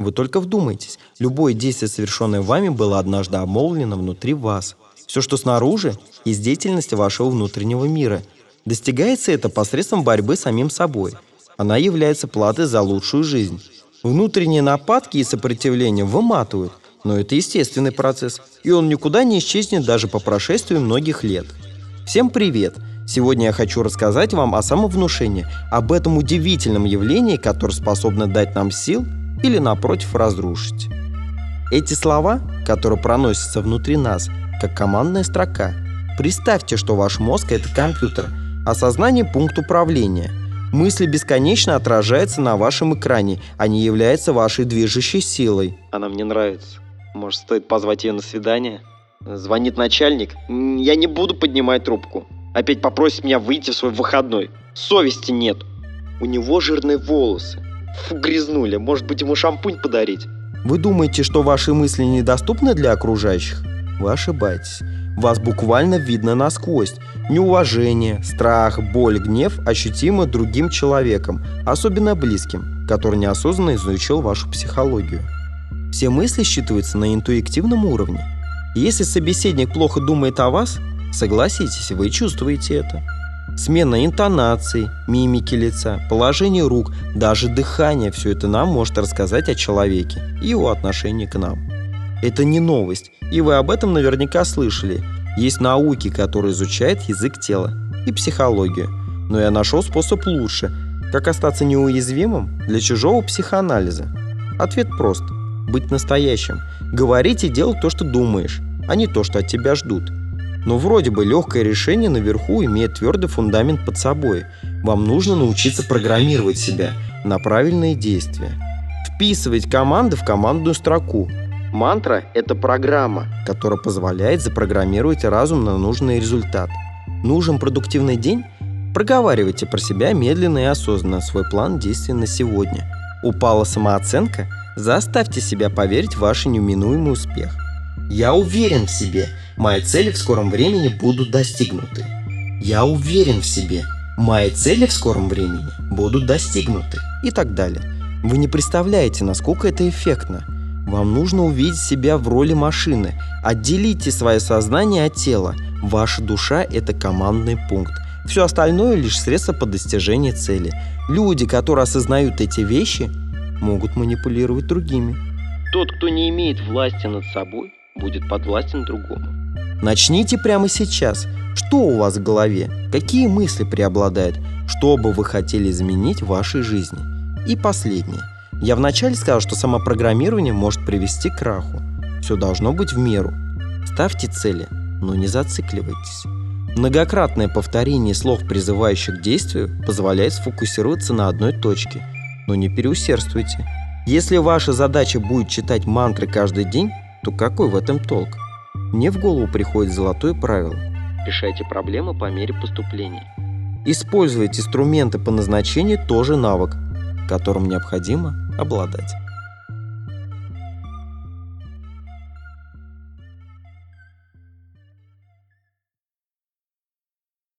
Вы только вдумайтесь, любое действие, совершенное вами, было однажды обмолвлено внутри вас. Все, что снаружи, есть деятельность вашего внутреннего мира. Достигается это посредством борьбы с самим собой. Она является платой за лучшую жизнь. Внутренние нападки и сопротивление выматывают, но это естественный процесс, и он никуда не исчезнет даже по прошествии многих лет. Всем привет! Сегодня я хочу рассказать вам о самовнушении, об этом удивительном явлении, которое способно дать нам сил или, напротив, разрушить. Эти слова, которые проносятся внутри нас, как командная строка. Представьте, что ваш мозг – это компьютер, а сознание – пункт управления. Мысли бесконечно отражаются на вашем экране, они являются вашей движущей силой. Она мне нравится. Может, стоит позвать ее на свидание? Звонит начальник. Я не буду поднимать трубку. Опять попросит меня выйти в свой выходной. Совести нет. У него жирные волосы. Фу, грязнули. Может быть, ему шампунь подарить? Вы думаете, что ваши мысли недоступны для окружающих? Вы ошибаетесь. Вас буквально видно насквозь. Неуважение, страх, боль, гнев ощутимы другим человеком, особенно близким, который неосознанно изучил вашу психологию. Все мысли считываются на интуитивном уровне. Если собеседник плохо думает о вас, согласитесь, вы чувствуете это. Смена интонации, мимики лица, положение рук, даже дыхание – все это нам может рассказать о человеке и его отношении к нам. Это не новость, и вы об этом наверняка слышали. Есть науки, которые изучают язык тела и психологию. Но я нашел способ лучше. Как остаться неуязвимым для чужого психоанализа? Ответ прост. Быть настоящим. Говорить и делать то, что думаешь, а не то, что от тебя ждут. Но вроде бы легкое решение наверху имеет твердый фундамент под собой. Вам нужно научиться программировать себя на правильные действия. Вписывать команды в командную строку. Мантра – это программа, которая позволяет запрограммировать разум на нужный результат. Нужен продуктивный день? Проговаривайте про себя медленно и осознанно свой план действий на сегодня. Упала самооценка? Заставьте себя поверить в ваш неминуемый успех. Я уверен в себе, мои цели в скором времени будут достигнуты. Я уверен в себе, мои цели в скором времени будут достигнуты. И так далее. Вы не представляете, насколько это эффектно. Вам нужно увидеть себя в роли машины. Отделите свое сознание от тела. Ваша душа – это командный пункт. Все остальное – лишь средство по достижению цели. Люди, которые осознают эти вещи, могут манипулировать другими. Тот, кто не имеет власти над собой, будет подвластен другому. Начните прямо сейчас. Что у вас в голове? Какие мысли преобладают? Что бы вы хотели изменить в вашей жизни? И последнее. Я вначале сказал, что самопрограммирование может привести к краху. Все должно быть в меру. Ставьте цели, но не зацикливайтесь. Многократное повторение слов, призывающих к действию, позволяет сфокусироваться на одной точке. Но не переусердствуйте. Если ваша задача будет читать мантры каждый день, то какой в этом толк? Мне в голову приходит золотое правило. Решайте проблемы по мере поступления. Использовать инструменты по назначению – тоже навык, которым необходимо обладать.